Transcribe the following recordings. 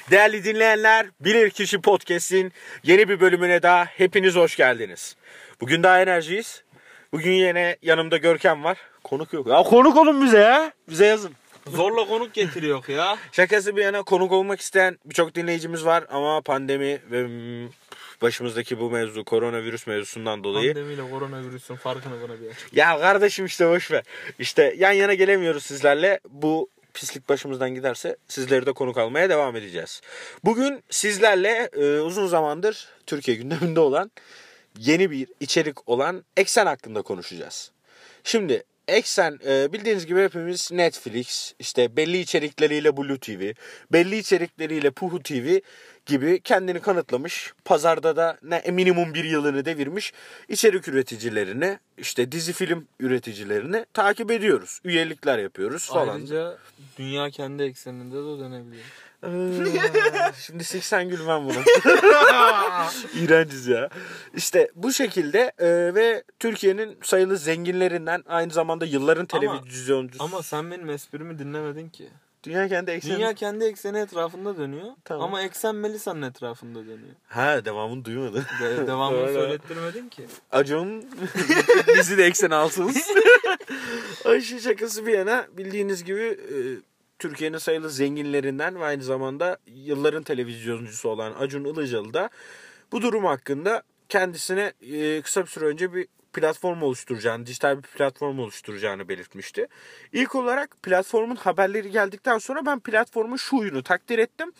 Değerli dinleyenler, Bilirkişi Podcast'in yeni bir bölümüne daha hepiniz hoş geldiniz. Bugün daha enerjiyiz. Bugün yine yanımda Görkem var. Konuk yok. Ya konuk olun bize ya. Bize yazın. Zorla konuk getiriyor ya. Şakası bir yana konuk olmak isteyen birçok dinleyicimiz var ama pandemi ve başımızdaki bu mevzu, koronavirüs mevzusundan dolayı. Pandemiyle koronavirüsün farkını bana bir açık. Ya kardeşim işte boşver. İşte yan yana gelemiyoruz sizlerle. Bu pislik başımızdan giderse sizleri de konuk almaya devam edeceğiz. Bugün sizlerle uzun zamandır Türkiye gündeminde olan yeni bir içerik olan Eksen hakkında konuşacağız. Şimdi Eksen bildiğiniz gibi hepimiz Netflix, işte belli içerikleriyle Blue TV, belli içerikleriyle Puhu TV gibi kendini kanıtlamış, pazarda da minimum bir yılını devirmiş içerik üreticilerini, işte dizi film üreticilerini takip ediyoruz. Üyelikler yapıyoruz falan. Ayrıca dünya kendi ekseninde de dönebiliyor. Şimdi 80 gülmem buna. İğrenciz ya. İşte bu şekilde ve Türkiye'nin sayılı zenginlerinden, aynı zamanda yılların televizyoncusu. Ama sen benim esprimi dinlemedin ki. Dünya kendi ekseni. Dünya kendi ekseni etrafında dönüyor. Tamam. Ama eksen Melisa'nın etrafında dönüyor. Ha, devamını duymadı. Devamını söylettirmedin ki. Acun bizi de eksen alsınız. Ayşe şakası bir yana, bildiğiniz gibi Türkiye'nin sayılı zenginlerinden ve aynı zamanda yılların televizyoncusu olan Acun Ilıcalı da bu durum hakkında kendisine kısa bir süre önce bir platform oluşturacağını, dijital bir platform oluşturacağını belirtmişti. İlk olarak platformun haberleri geldikten sonra ben platformun şu huyunu takdir ettim.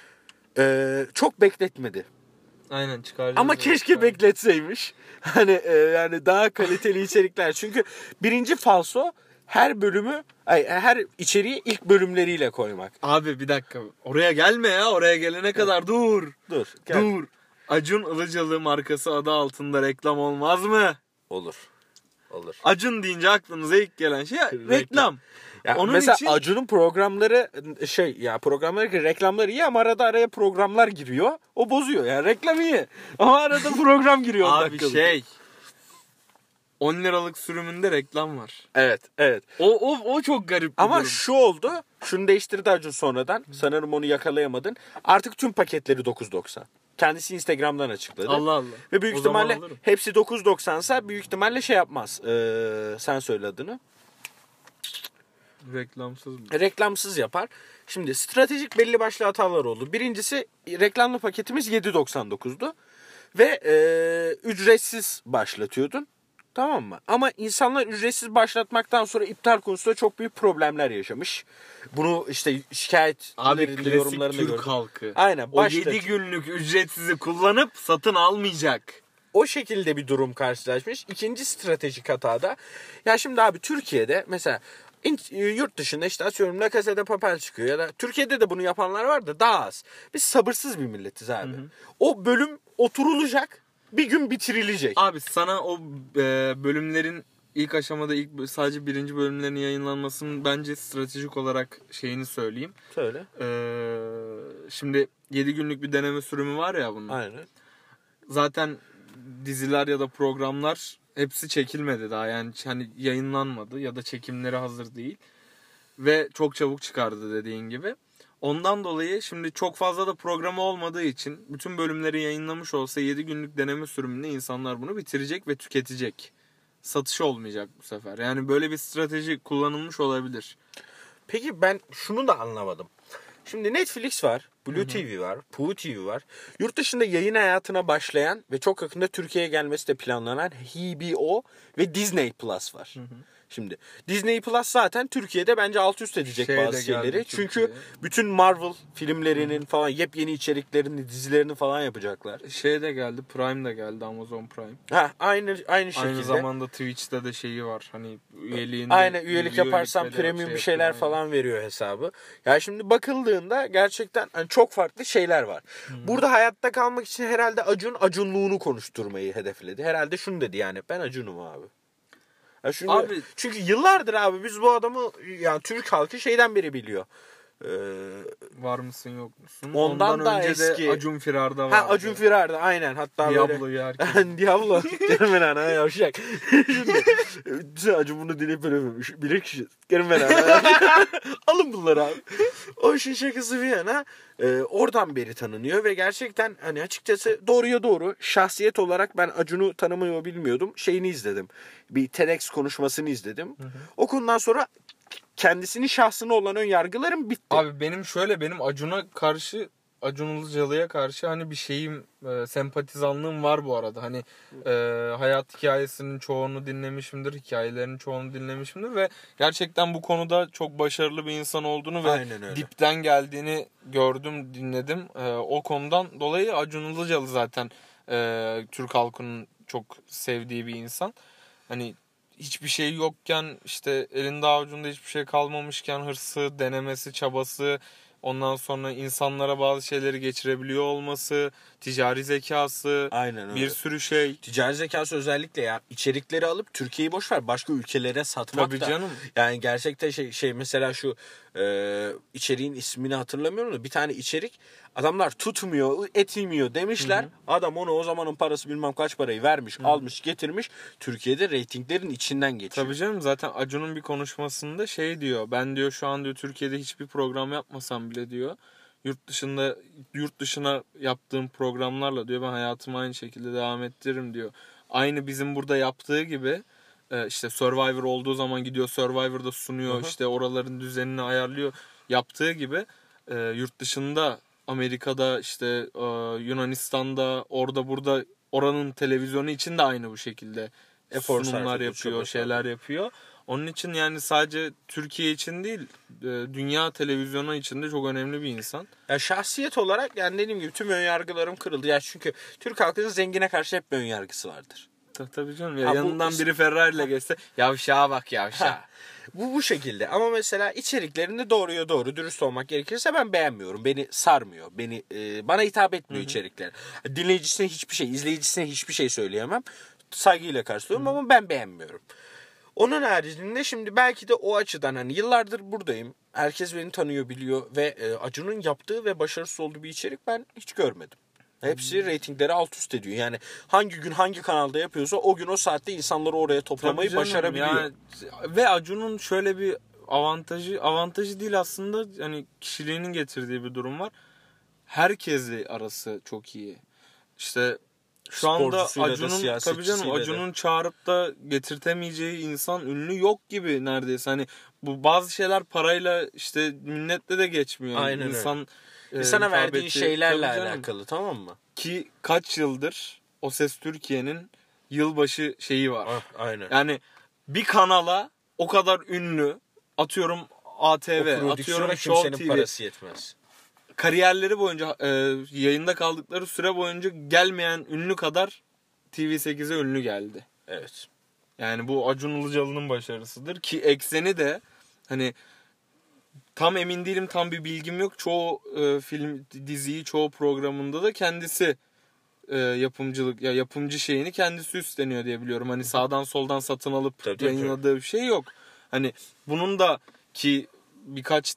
Çok bekletmedi. Aynen, çıkaracağız. Ama keşke bekletseymiş. Hani yani daha kaliteli içerikler. Çünkü birinci falso her bölümü, her içeriği ilk bölümleriyle koymak. Abi bir dakika. Oraya gelme ya. Oraya gelene kadar dur. Gel. Dur. Acun Ilıcalı markası adı altında reklam olmaz mı? Olur. Acun deyince aklınıza ilk gelen şey reklam. Ya onun mesela için Acun'un programları reklamları iyi ama araya programlar giriyor. O bozuyor. Yani reklam iyi. Ama arada program giriyor. Abi 10 liralık sürümünde reklam var. Evet. O çok garip bir ama durum. şu oldu. Şunu değiştirdi Acun sonradan. Sanırım onu yakalayamadın. Artık tüm paketleri 9.90. Kendisi Instagram'dan açıkladı. Allah. Ve büyük ihtimalle hepsi 9.90'sa büyük ihtimalle şey yapmaz. Sen söyle adını. Reklamsız mı? Reklamsız yapar. Şimdi stratejik belli başlı hatalar oldu. Birincisi, reklamlı paketimiz 7.99'du. Ve ücretsiz başlatıyordun. Tamam mı? Ama insanlar ücretsiz başlatmaktan sonra iptal konusunda çok büyük problemler yaşamış. Bunu işte şikayetlerinde, yorumlarında Türk gördüm. halkı. Aynen. O 7 günlük ücretsizi kullanıp satın almayacak. O şekilde bir durum karşılaşmış. İkinci stratejik hatada. Ya şimdi abi Türkiye'de mesela yurt dışında işte atıyorum La Casa de Papel çıkıyor ya da Türkiye'de de bunu yapanlar var da daha az. Biz sabırsız bir milletiz abi. Hı. O bölüm oturulacak, bir gün bitirilecek. Abi sana o bölümlerin ilk aşamada sadece birinci bölümlerin yayınlanmasının bence stratejik olarak şeyini söyleyeyim. Söyle. Şimdi 7 günlük bir deneme sürümü var ya bunun. Aynen. Zaten diziler ya da programlar hepsi çekilmedi daha, yani hani yayınlanmadı ya da çekimleri hazır değil ve çok çabuk çıkardı dediğin gibi. Ondan dolayı şimdi çok fazla da programı olmadığı için bütün bölümleri yayınlamış olsa 7 günlük deneme sürümünde insanlar bunu bitirecek ve tüketecek. Satış olmayacak bu sefer. Yani böyle bir strateji kullanılmış olabilir. Peki ben şunu da anlamadım. Şimdi Netflix var, Blue TV var, Puhu TV var. Yurt dışında yayın hayatına başlayan ve çok yakında Türkiye'ye gelmesi de planlanan HBO ve Disney Plus var. Şimdi Disney Plus zaten Türkiye'de bence alt üst edecek bazı şeyleri. Çünkü bütün Marvel filmlerinin falan yepyeni içeriklerini, dizilerini falan yapacaklar. De geldi, Prime de geldi, Amazon Prime. Aynı şekilde. Aynı zamanda Twitch'te de şeyi var. Hani üyeliğinde. Aynen, üyelik yaparsan premium bir şeyler falan veriyor hesabı. Ya şimdi bakıldığında gerçekten hani çok farklı şeyler var. Burada hayatta kalmak için herhalde Acunluğunu konuşturmayı hedefledi. Herhalde şunu dedi, yani ben Acun'um abi. Abi, çünkü yıllardır abi biz bu adamı, yani Türk halkı şeyden beri biliyor. Ee, Var mısın yok musun? Ondan daha önce eski. de Acun Firar'da vardı. Acun Firar'da aynen. Hatta Diablo'yu herkes. Diablo. Gelin ben ana yavşak. Şimdi Acun bunu dileyip ölememiş. Bilir kişi. Gelin ben ana. Alın bunları abi. O işin şakası bir yana. Oradan beri tanınıyor ve gerçekten hani açıkçası doğruya doğru şahsiyet olarak ben Acun'u tanımıyor bilmiyordum. Şeyini izledim. Bir TEDx konuşmasını izledim. Hı hı. O konudan sonra kendisinin şahsına olan ön yargılarım bitti. Abi benim Acun'a karşı, Acun Ilıcalı'ya karşı hani bir şeyim, sempatizanlığım var bu arada. Hani hayat hikayesinin çoğunu dinlemişimdir, hikayelerinin çoğunu dinlemişimdir ve gerçekten bu konuda çok başarılı bir insan olduğunu ve dipten geldiğini gördüm, dinledim. O konudan dolayı Acun Ilıcalı zaten Türk halkının çok sevdiği bir insan. Hani hiçbir şey yokken, işte elinde avucunda hiçbir şey kalmamışken hırsı, denemesi, çabası, ondan sonra insanlara bazı şeyleri geçirebiliyor olması, ticari zekası, aynen öyle. Bir sürü şey. Ticari zekası özellikle ya, içerikleri alıp Türkiye'yi boş ver başka ülkelere satmak Tabii da. canım. Yani gerçekten şey mesela şu içeriğin ismini hatırlamıyorum da bir tane içerik adamlar tutmuyor, etmiyor demişler. Hı hı. Adam onu o zamanın parası bilmem kaç parayı vermiş, almış, getirmiş. Türkiye'de reytinglerin içinden geçiyor. Tabii canım, zaten Acun'un bir konuşmasında şey diyor. Ben diyor şu an diyor Türkiye'de hiçbir program yapmasam bile diyor. Yurt dışına yaptığım programlarla diyor ben hayatımı aynı şekilde devam ettiririm diyor. Aynı bizim burada yaptığı gibi işte Survivor olduğu zaman gidiyor Survivor'da sunuyor. Hı-hı. İşte oraların düzenini ayarlıyor. Yaptığı gibi yurt dışında Amerika'da işte Yunanistan'da orada burada oranın televizyonu için de aynı bu şekilde sunumlar yapıyor, şeyler yapıyor. Onun için yani sadece Türkiye için değil, dünya televizyonu için de çok önemli bir insan. Ya şahsiyet olarak yani dediğim gibi tüm önyargılarım kırıldı. Ya çünkü Türk halkının zengine karşı hep bir önyargısı vardır. Tabii canım ya, yanından biri Ferrari ile geçse yavşağa bak yavşağa. Bu şekilde ama mesela içeriklerinde doğruya doğru dürüst olmak gerekirse ben beğenmiyorum. Beni sarmıyor. Bana hitap etmiyor içerikler. Dinleyicisine hiçbir şey, izleyicisine hiçbir şey söyleyemem. Saygıyla karşılıyorum ama ben beğenmiyorum. Onun haricinde şimdi belki de o açıdan hani yıllardır buradayım. Herkes beni tanıyor, biliyor ve Acun'un yaptığı ve başarısız olduğu bir içerik ben hiç görmedim. Hepsi reytingleri alt üst ediyor. Yani hangi gün hangi kanalda yapıyorsa o gün o saatte insanları oraya toplamayı başarabiliyor. Yani, ve Acun'un şöyle bir avantajı değil aslında, hani kişiliğinin getirdiği bir durum var. Herkesle arası çok iyi. İşte şu anda Acun'un çağırıp da getirtemeyeceği insan, ünlü yok gibi neredeyse. Hani bu bazı şeyler parayla işte minnetle de geçmiyor. Aynen öyle. İnsana verdiğin şeylerle alakalı, tamam mı? Ki kaç yıldır O Ses Türkiye'nin yılbaşı şeyi var. Aynen. Yani bir kanala o kadar ünlü, atıyorum ATV, atıyorum Show TV. Parası yetmez. Kariyerleri boyunca yayında kaldıkları süre boyunca gelmeyen ünlü kadar TV8'e ünlü geldi. Evet. Yani bu Acun Ilıcalı'nın başarısıdır ki ekseni de hani tam emin değilim, tam bir bilgim yok. Çoğu film, diziyi, çoğu programında da kendisi yapımcı şeyini kendisi üstleniyor diye biliyorum. Hani sağdan soldan satın alıp yayınladığı bir şey yok. Hani bunun da ki birkaç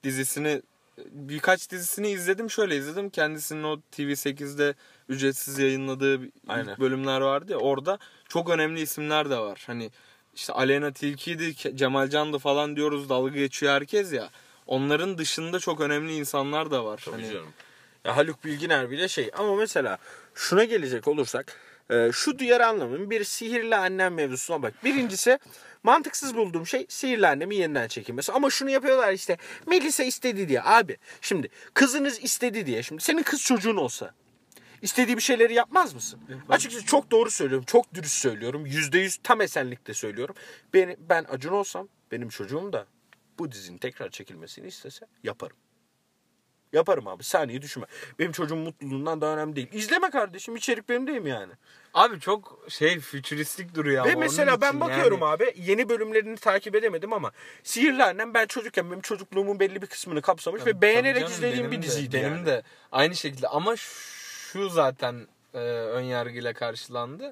dizisini izledim. Şöyle izledim. Kendisinin o TV8'de ücretsiz yayınladığı ilk bölümler vardı ya. Orada çok önemli isimler de var. Hani işte Aleyna Tilki'ydi, Cemal Can'dı falan diyoruz. Dalga geçiyor herkes ya. Onların dışında çok önemli insanlar da var. Tabii canım. Ya Haluk Bilginer bile şey. Ama mesela şuna gelecek olursak. Şu duyarı anlamıyorum. Bir sihirli annem mevzusuna bak. Birincisi mantıksız bulduğum şey sihirli annemin yeniden çekilmesi. Ama şunu yapıyorlar işte. Melisa istedi diye. Abi şimdi kızınız istedi diye. Şimdi senin kız çocuğun olsa istediği bir şeyleri yapmaz mısın? Açıkçası çok doğru söylüyorum. Çok dürüst söylüyorum. %100 tam esenlikle söylüyorum. Ben Acun olsam benim çocuğum da bu dizinin tekrar çekilmesini istese yaparım. Yaparım abi, saniye düşünme. Benim çocuğum mutluluğundan daha önemli değil. İzleme kardeşim, içerik benim değil mi yani? Abi çok fütüristik duruyor ama. Ve mesela ben bakıyorum yani. Abi yeni bölümlerini takip edemedim ama Sihirli Annem ben çocukken benim çocukluğumun belli bir kısmını kapsamış ve beğenerek izlediğim bir diziydi yani. Benim de aynı şekilde ama şu zaten önyargıyla karşılandı.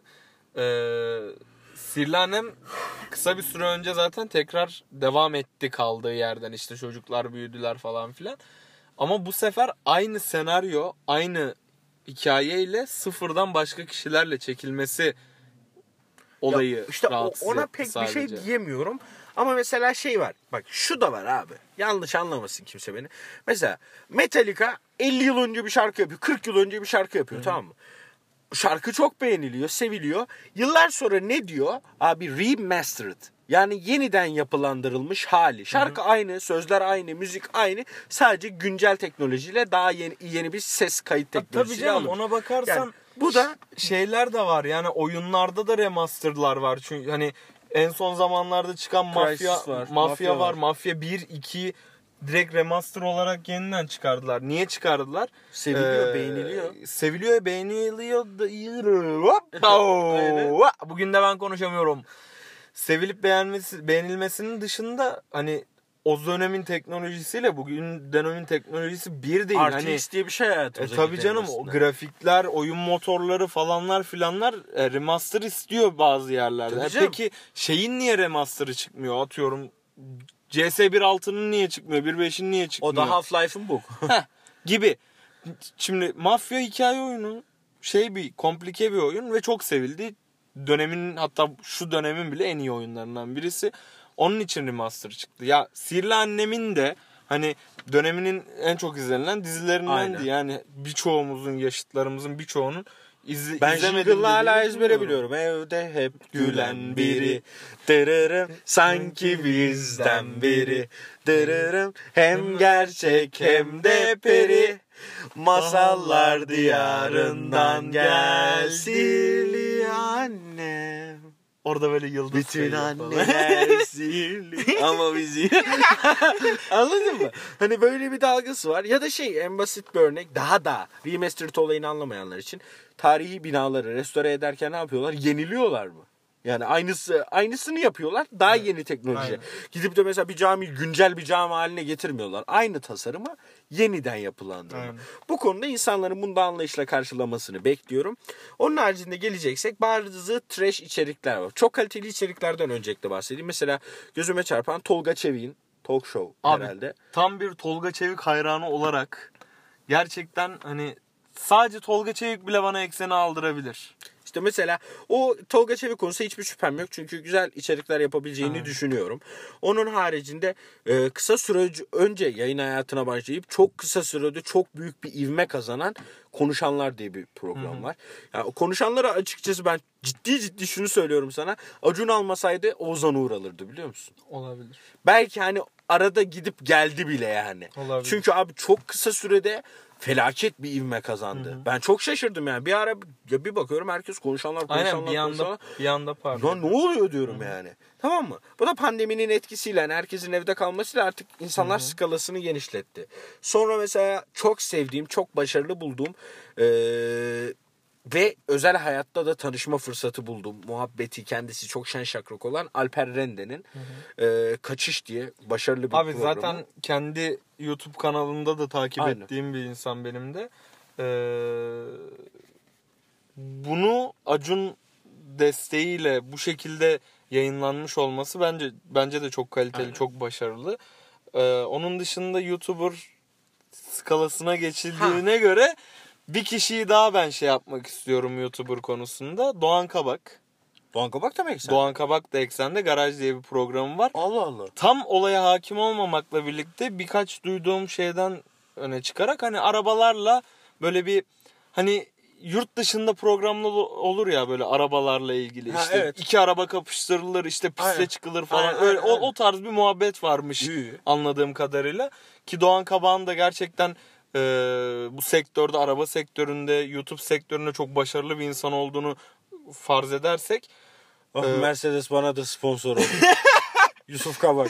Sihirli Annem kısa bir süre önce zaten tekrar devam etti kaldığı yerden, işte çocuklar büyüdüler falan filan. Ama bu sefer aynı senaryo, aynı hikayeyle sıfırdan başka kişilerle çekilmesi olayı Ya işte rahatsız ona etti pek sadece. bir şey diyemiyorum. Ama mesela şey var. Bak şu da var abi. Yanlış anlamasın kimse beni. Mesela Metallica 50 yıl önce bir şarkı yapıyor. 40 yıl önce bir şarkı yapıyor, tamam mı? Şarkı çok beğeniliyor, seviliyor. Yıllar sonra ne diyor? Abi remastered. Yani yeniden yapılandırılmış hali. Şarkı aynı, sözler aynı, müzik aynı. Sadece güncel teknolojiyle daha yeni bir ses kayıt Tabii teknolojisiyle canım, alınmış. ona bakarsan Yani bu da şeyler de var. Yani oyunlarda da remasterlar var. Çünkü hani en son zamanlarda çıkan Crysis var, Mafya var. var. Mafya 1, 2 direkt remaster olarak yeniden çıkardılar. Niye çıkardılar? seviliyor, beğeniliyor. Seviliyor, beğeniliyor. Hop! Bugün de ben konuşamıyorum. Sevilip beğenilmesinin dışında hani o dönemin teknolojisiyle bugün dönemin teknolojisi bir değil. RTX diye bir şey hayatımıza Tabii girdi canım, aslında. o grafikler, oyun motorları falanlar filanlar remaster istiyor bazı yerlerde. Tabii canım. Peki şeyin niye remaster'ı çıkmıyor? Atıyorum CS 1.6'nın niye çıkmıyor? 1.5'in niye çıkmıyor? O da Half-Life'ın bu. Gibi. Şimdi Mafya hikaye oyunu bir komplike bir oyun ve çok sevildi. Dönemin, hatta şu dönemin bile en iyi oyunlarından birisi. Onun için remaster çıktı. Ya Sihirli Annem'in de hani döneminin en çok izlenilen dizilerindendi. Aynen. Yani birçoğumuzun, yaşıtlarımızın birçoğunun Ben izlemedim jingle'la hala dediğini ezbere bilmiyorum. biliyorum. Evde hep gülen biri. Dırırım sanki bizden biri. Dırırım hem gerçek hem de peri. Masallar diyarından gelsin annem. Orada böyle yıldız Bütün sayıyor falan. anneler sihirli ama bizi... Anladın mı? Hani böyle bir dalgası var. Ya da en basit bir örnek, daha da remastered olayını anlamayanlar için, tarihi binaları restore ederken ne yapıyorlar? Yeniliyorlar mı? Yani aynısını yapıyorlar. Daha yeni teknoloji. Aynen. Gidip de mesela bir cami güncel bir cami haline getirmiyorlar. Aynı tasarımı yeniden yapılandırma. Aynen. Bu konuda insanların bunu da anlayışla karşılamasını bekliyorum. Onun haricinde geleceksek bazı trash içerikler var. Çok kaliteli içeriklerden öncelikle bahsedeyim. Mesela gözüme çarpan Tolga Çevik'in Talk Show Abi, herhalde. tam bir Tolga Çevik hayranı olarak gerçekten hani sadece Tolga Çevik bile bana ekseni aldırabilir. İşte mesela o Tolga Çevik konusu hiçbir şüphem yok. Çünkü güzel içerikler yapabileceğini düşünüyorum. Onun haricinde kısa süre önce yayın hayatına başlayıp çok kısa sürede çok büyük bir ivme kazanan Konuşanlar diye bir program var. Yani Konuşanlara açıkçası ben ciddi şunu söylüyorum sana. Acun almasaydı Oğuzhan Uğur alırdı, biliyor musun? Olabilir. Belki hani arada gidip geldi bile yani. Olabilir. Çünkü abi çok kısa sürede felaket bir ivme kazandı. Ben çok şaşırdım yani. Bir ara bir bakıyorum herkes konuşanlar. Aynen, bir anda pardon. Lan ne oluyor diyorum yani. Tamam mı? Bu da pandeminin etkisiyle, yani herkesin evde kalmasıyla artık insanlar skalasını genişletti. Sonra mesela çok sevdiğim, çok başarılı bulduğum ve özel hayatta da tanışma fırsatı buldum. Muhabbeti kendisi çok şen şakrak olan Alper Rende'nin Kaçış diye başarılı bir Abi programı. zaten kendi YouTube kanalımda da takip Aynen. ettiğim bir insan benim de. Bunu Acun desteğiyle bu şekilde yayınlanmış olması bence de çok kaliteli, Aynen. çok başarılı. Onun dışında YouTuber skalasına geçildiğine göre bir kişiyi daha ben yapmak istiyorum YouTuber konusunda. Doğan Kabak. Doğan Kabak demek sen. Doğan Kabak da Eksen'de Garaj diye bir programı var. Allah Allah. Tam olaya hakim olmamakla birlikte birkaç duyduğum şeyden öne çıkarak hani arabalarla böyle bir hani yurt dışında programlar olur ya böyle arabalarla ilgili işte evet. iki araba kapıştırılır işte piste Aynen. çıkılır falan Aynen, öyle aynen. o tarz bir muhabbet varmış İyi. anladığım kadarıyla ki Doğan Kabak'ın da gerçekten bu sektörde, araba sektöründe, YouTube sektöründe çok başarılı bir insan olduğunu farz edersek Mercedes bana da sponsor oldu. Yusuf Kabak.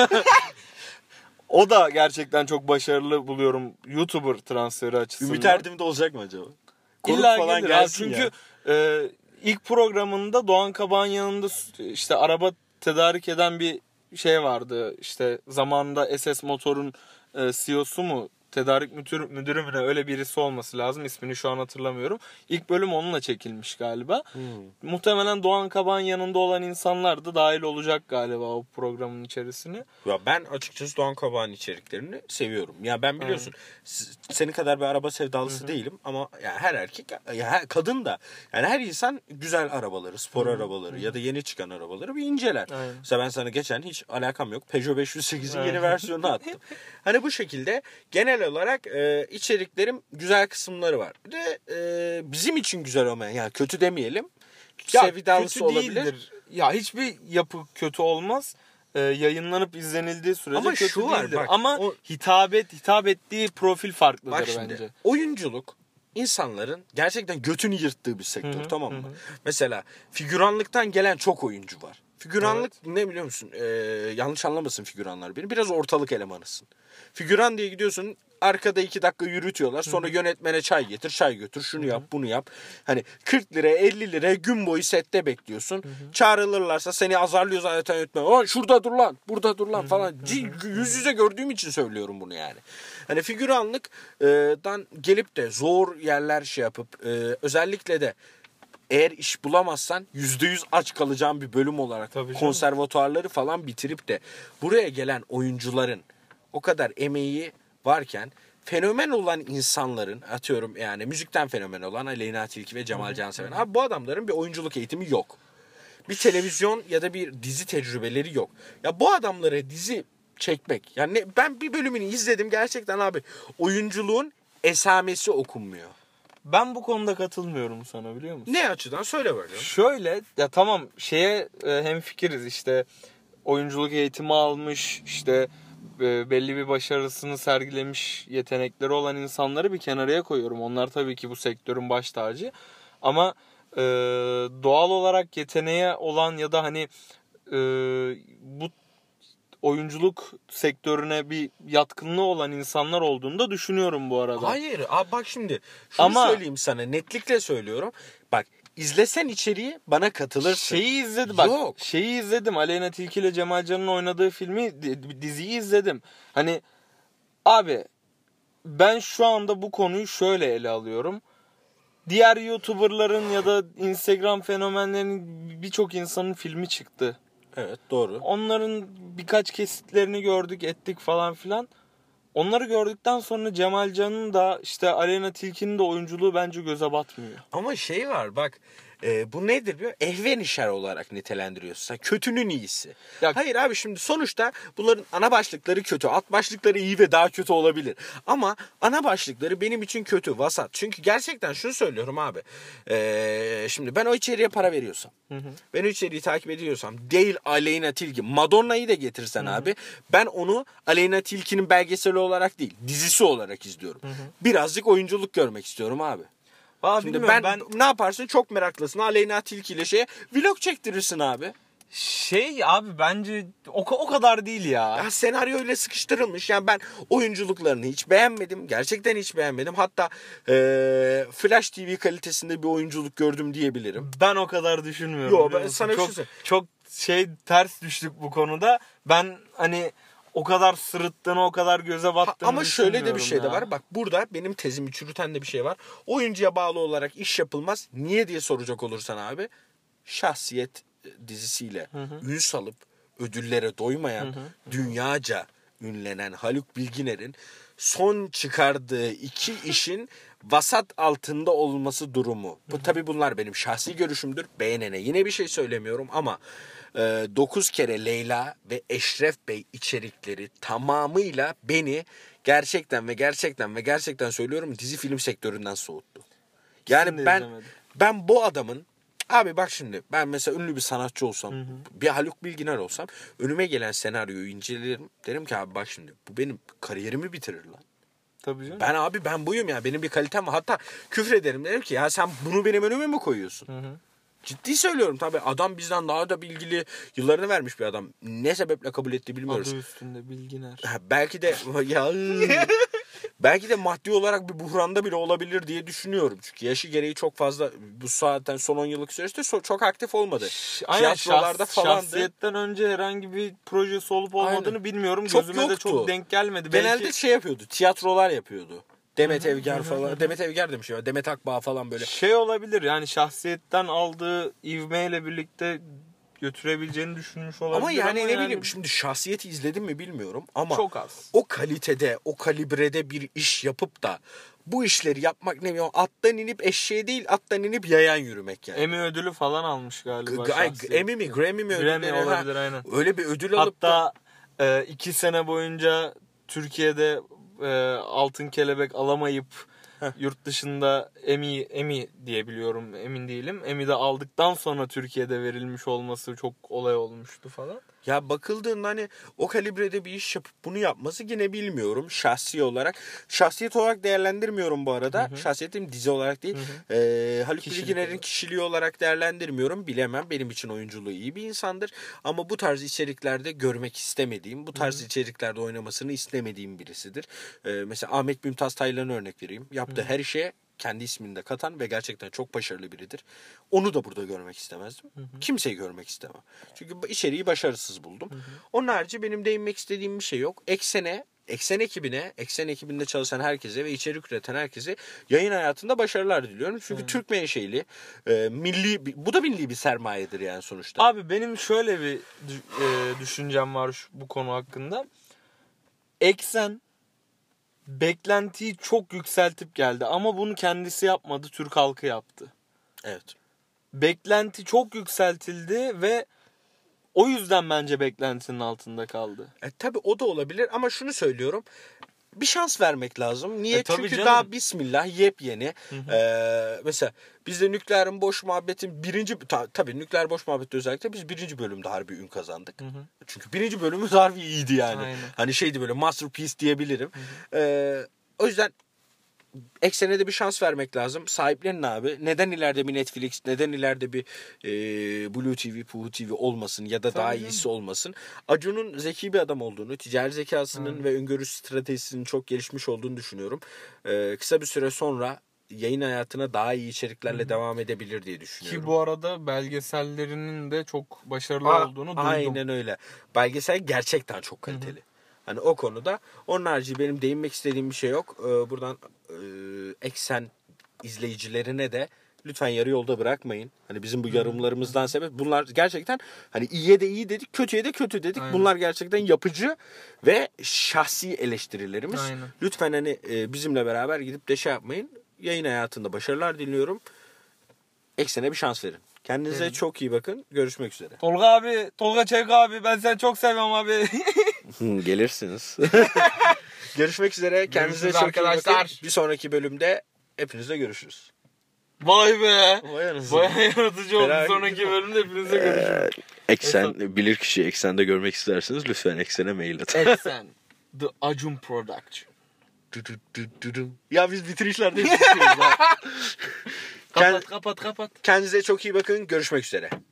o da gerçekten çok başarılı buluyorum YouTuber transferi açısından. Ümit Erdem'de olacak mı acaba? Konuk İlla falan gelir abi. gelsin Çünkü ya. ilk programında Doğan Kabak'ın yanında işte araba tedarik eden bir vardı. İşte zamanında SS Motor'un CEO'su mu tedarik müdürü mü ne, öyle birisi olması lazım. İsmini şu an hatırlamıyorum. İlk bölüm onunla çekilmiş galiba. Muhtemelen Doğan Kabak'ın yanında olan insanlar da dahil olacak galiba o programın içerisine. Ya ben açıkçası Doğan Kabak'ın içeriklerini seviyorum. Ya ben biliyorsun senin kadar bir araba sevdalısı değilim ama ya her erkek ya her kadın da yani her insan güzel arabaları, spor arabaları ya da yeni çıkan arabaları bir inceler. Aynen. Mesela ben sana geçen hiç alakam yok. Peugeot 508'in yeni versiyonunu attım. Hani bu şekilde genel olarak içeriklerim güzel kısımları var. Bir de bizim için güzel olmayan yani kötü demeyelim. Ya Sevdalısı kötü olabilir. değildir. Ya hiçbir yapı kötü olmaz. Yayınlanıp izlenildiği sürece Ama kötü şu var, değildir. bak, ama hitap ettiği profil farklıdır Bak şimdi bence. oyunculuk insanların gerçekten götünü yırttığı bir sektör, tamam mı? Mesela figüranlıktan gelen çok oyuncu var. Figüranlık ne biliyor musun? Yanlış anlamasın figüranlar beni. Biraz ortalık elemanısın. Figüran diye gidiyorsun, arkada 2 dakika yürütüyorlar. Sonra yönetmene çay getir, çay götür, şunu yap, bunu yap. Hani 40 liraya 50 liraya gün boyu sette bekliyorsun. Çağrılırlarsa seni azarlıyor zaten yönetmen. "Aa, şurada dur lan, burada dur lan" falan. Yüz yüze gördüğüm için söylüyorum bunu yani. Hani figüranlıktan gelip de zor yerler şey yapıp özellikle de eğer iş bulamazsan %100 aç kalacağın bir bölüm olarak Tabii canım. konservatuarları falan bitirip de buraya gelen oyuncuların o kadar emeği varken fenomen olan insanların, atıyorum yani müzikten fenomen olan Aleyna Tilki ve Cemal Canseven. Abi bu adamların bir oyunculuk eğitimi yok. Bir televizyon ya da bir dizi tecrübeleri yok. Ya bu adamlara dizi çekmek. Yani ben bir bölümünü izledim gerçekten abi. Oyunculuğun esamesi okunmuyor. Ben bu konuda katılmıyorum sana, biliyor musun? Ne açıdan söyle bakalım. Şöyle ya, tamam hemfikiriz işte, oyunculuk eğitimi almış, işte belli bir başarısını sergilemiş yetenekleri olan insanları bir kenarıya koyuyorum. Onlar tabii ki bu sektörün baş tacı. Ama doğal olarak yeteneğe olan ya da hani bu oyunculuk sektörüne bir yatkınlığı olan insanlar olduğunu da düşünüyorum bu arada. Hayır abi bak şimdi şunu Ama söyleyeyim sana, netlikle söylüyorum. Bak izlesen içeriği bana katılırsın. Şeyi izledim. Aleyna Tilki ile Cemal Can'ın oynadığı diziyi izledim. Hani abi ben şu anda bu konuyu şöyle ele alıyorum. Diğer YouTuber'ların ya da Instagram fenomenlerinin birçok insanın filmi çıktı. Evet, doğru. Onların birkaç kesitlerini gördük, ettik falan filan. Onları gördükten sonra Cemal Can'ın da işte Aleyna Tilki'nin de oyunculuğu bence göze batmıyor. Ama şey var bak, bu nedir biliyor musun? Ehven işer olarak nitelendiriyorsun. Kötünün iyisi. Ya, hayır abi, şimdi sonuçta bunların ana başlıkları kötü. Alt başlıkları iyi ve daha kötü olabilir. Ama ana başlıkları benim için kötü, vasat. Çünkü gerçekten şunu söylüyorum abi. Şimdi ben o içeriğe para veriyorsam, ben o içeriği takip ediyorsam, değil Aleyna Tilki, Madonna'yı da getirsen abi, ben onu Aleyna Tilki'nin belgeseli olarak değil, dizisi olarak izliyorum. Birazcık oyunculuk görmek istiyorum abi. Şimdi ben ne yaparsın, çok meraklısın Aleyna Tilki ile vlog çektirirsin abi. Abi bence o kadar değil ya. Ya senaryo ile sıkıştırılmış. Yani ben oyunculuklarını hiç beğenmedim. Gerçekten hiç beğenmedim. Hatta Flash TV kalitesinde bir oyunculuk gördüm diyebilirim. Ben o kadar düşünmüyorum. Yo, ben sana çok ters düştük bu konuda. Ben hani o kadar sırıttığını, o kadar göze battığını ama şöyle de bir şey ya. de var. Bak burada benim tezimi çürüten de bir şey var. Oyuncuya bağlı olarak iş yapılmaz. Niye diye soracak olursan abi. Şahsiyet dizisiyle ün salıp ödüllere doymayan, dünyaca ünlenen Haluk Bilginer'in son çıkardığı 2 işin vasat altında olması durumu. Bu tabii bunlar benim şahsi görüşümdür. Beğenene yine bir şey söylemiyorum ama 9 kere Leyla ve Eşref Bey içerikleri tamamıyla beni gerçekten söylüyorum, dizi film sektöründen soğuttu. Yani ben bu adamın, abi bak şimdi ben mesela ünlü bir sanatçı olsam, bir Haluk Bilginer olsam, önüme gelen senaryoyu incelerim. Derim ki abi bak şimdi bu benim kariyerimi bitirir lan. Tabii canım. Ben buyum ya, benim bir kalitem var. Hatta küfrederim, derim ki ya sen bunu benim önüme mi koyuyorsun? Ciddi söylüyorum tabii, adam bizden daha da bilgili, yıllarını vermiş bir adam. Ne sebeple kabul etti bilmiyoruz. Adı üstünde Bilginer. Belki de ya belki de maddi olarak bir buhranda bile olabilir diye düşünüyorum. Çünkü yaşı gereği çok fazla bu zaten son 10 yıllık süreçte çok aktif olmadı. Aynen, Tiyatrolarda falandı. Şahsiyetten önce herhangi bir projesi olup olmadığını Aynen. bilmiyorum. Çok Gözüme de yoktu. çok denk gelmedi. Genelde Belki şey yapıyordu. Tiyatrolar yapıyordu. Demet Evgar falan. Demet Evgar demiş ya. Demet Akbağ falan böyle. şey olabilir yani, şahsiyetten aldığı ivmeyle birlikte götürebileceğini düşünmüş olabilir. Ama yani ne bileyim, şimdi Şahsiyet'i izledim mi bilmiyorum ama çok az. o kalitede, o kalibrede bir iş yapıp da bu işleri yapmak ne bileyim, attan inip eşeğe değil, attan inip yayan yürümek yani. Emmy ödülü falan almış galiba. Emmy mi, Grammy mi Grammy ödülleri? olabilir, aynen. Öyle bir ödül alıp da Hatta 2 sene boyunca Türkiye'de Altın Kelebek alamayıp yurt dışında Emmy diye biliyorum, emin değilim. Emmy'de aldıktan sonra Türkiye'de verilmiş olması çok olay olmuştu falan. ya bakıldığında hani o kalibrede bir iş yapıp bunu yapması yine bilmiyorum şahsi olarak. Şahsiyet olarak değerlendirmiyorum bu arada. Şahsiyetim dizi olarak değil. Haluk Bilginer'in kişiliği olarak değerlendirmiyorum. Bilemem. Benim için oyunculuğu iyi bir insandır. Ama bu tarz içeriklerde görmek istemediğim, bu tarz içeriklerde oynamasını istemediğim birisidir. Mesela Ahmet Mümtaz Taylan'a örnek vereyim. Yaptığı her işe kendi ismini de katan ve gerçekten çok başarılı biridir. Onu da burada görmek istemezdim. Kimseyi görmek istemem. Çünkü içeriği başarısız buldum. Onun harici benim değinmek istediğim bir şey yok. Eksen ekibinde çalışan herkese ve içerik üreten herkese yayın hayatında başarılar diliyorum. Çünkü Türk menşeli, bu da milli bir sermayedir yani sonuçta. Abi benim şöyle bir düşüncem var bu konu hakkında. Eksen beklentiyi çok yükseltip geldi ama bunu kendisi yapmadı, Türk halkı yaptı. Evet. Beklenti çok yükseltildi ve o yüzden bence beklentinin altında kaldı. Tabii o da olabilir ama şunu söylüyorum. Bir şans vermek lazım. Niye? Tabii Çünkü canım. daha bismillah yepyeni. Mesela bizde Nükleerin Boş Muhabbet'in tabii Nükleer Boş Muhabbet'te özellikle biz 1. bölümde harbi ün kazandık. Çünkü 1. bölümümüz harbi iyiydi yani. Aynen. Hani şeydi, böyle masterpiece diyebilirim. O yüzden Eksen'e de bir şans vermek lazım. Sahiplenin abi. Neden ileride bir Netflix, neden ileride bir Blue TV, Puhu TV olmasın ya da daha iyisi olmasın. Acun'un zeki bir adam olduğunu, ticari zekasının ve öngörü stratejisinin çok gelişmiş olduğunu düşünüyorum. Kısa bir süre sonra yayın hayatına daha iyi içeriklerle devam edebilir diye düşünüyorum. Ki bu arada belgesellerinin de çok başarılı olduğunu duydum. Aynen öyle. Belgesel gerçekten çok kaliteli. Hani o konuda. Onun harici benim değinmek istediğim bir şey yok. Buradan Eksen izleyicilerine de lütfen yarı yolda bırakmayın. Hani bizim bu yarımlarımızdan sebep bunlar gerçekten, hani iyiye de iyi dedik, kötüye de kötü dedik. Aynen. Bunlar gerçekten yapıcı ve şahsi eleştirilerimiz. Aynen. Lütfen hani bizimle beraber gidip de şey yapmayın. Yayın hayatında başarılar diliyorum. Eksen'e bir şans verin. Kendinize çok iyi bakın. Görüşmek üzere. Tolga Çevik abi, ben seni çok seviyorum abi. Gelirsiniz. Görüşmek üzere. Kendinize Görüşürüz çok arkadaşlar. iyi bakın. Bir sonraki bölümde hepinizle görüşürüz. Vay be. Vay anasını. Bayağı yaratıcı oldu. Fena Sonraki gidiyor. bölümde hepinize görüşürüz. Eksen, bilirkişi Eksen'de görmek isterseniz lütfen Eksen'e mail atın. Eksen. The Acun Production. Ya biz bitirişlerde Kapat. Kendinize çok iyi bakın. Görüşmek üzere.